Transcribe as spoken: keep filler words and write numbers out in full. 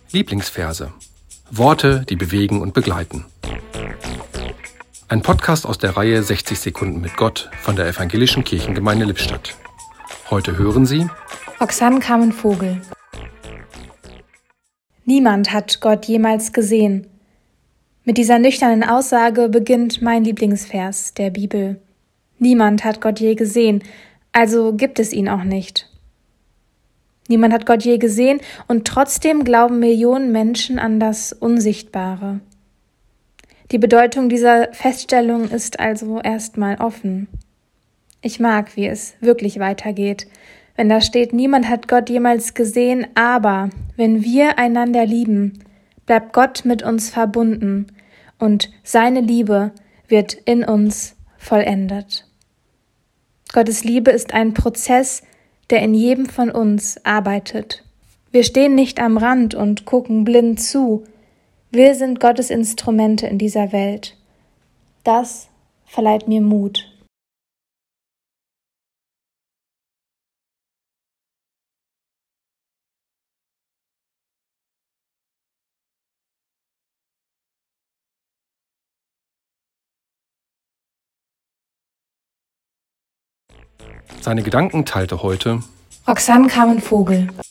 Lieblingsverse. Worte, die bewegen und begleiten. Ein Podcast aus der Reihe sechzig Sekunden mit Gott von der Evangelischen Kirchengemeinde Lippstadt. Heute hören Sie Roxanne Carmen-Vogel. Niemand hat Gott jemals gesehen. Mit dieser nüchternen Aussage beginnt mein Lieblingsvers der Bibel. Niemand hat Gott je gesehen, also gibt es ihn auch nicht. Niemand hat Gott je gesehen und trotzdem glauben Millionen Menschen an das Unsichtbare. Die Bedeutung dieser Feststellung ist also erstmal offen. Ich mag, wie es wirklich weitergeht. Wenn da steht, niemand hat Gott jemals gesehen, aber wenn wir einander lieben, bleibt Gott mit uns verbunden und seine Liebe wird in uns vollendet. Gottes Liebe ist ein Prozess, der in jedem von uns arbeitet. Wir stehen nicht am Rand und gucken blind zu. Wir sind Gottes Instrumente in dieser Welt. Das verleiht mir Mut. Seine Gedanken teilte heute Roxanne Carmen-Vogel.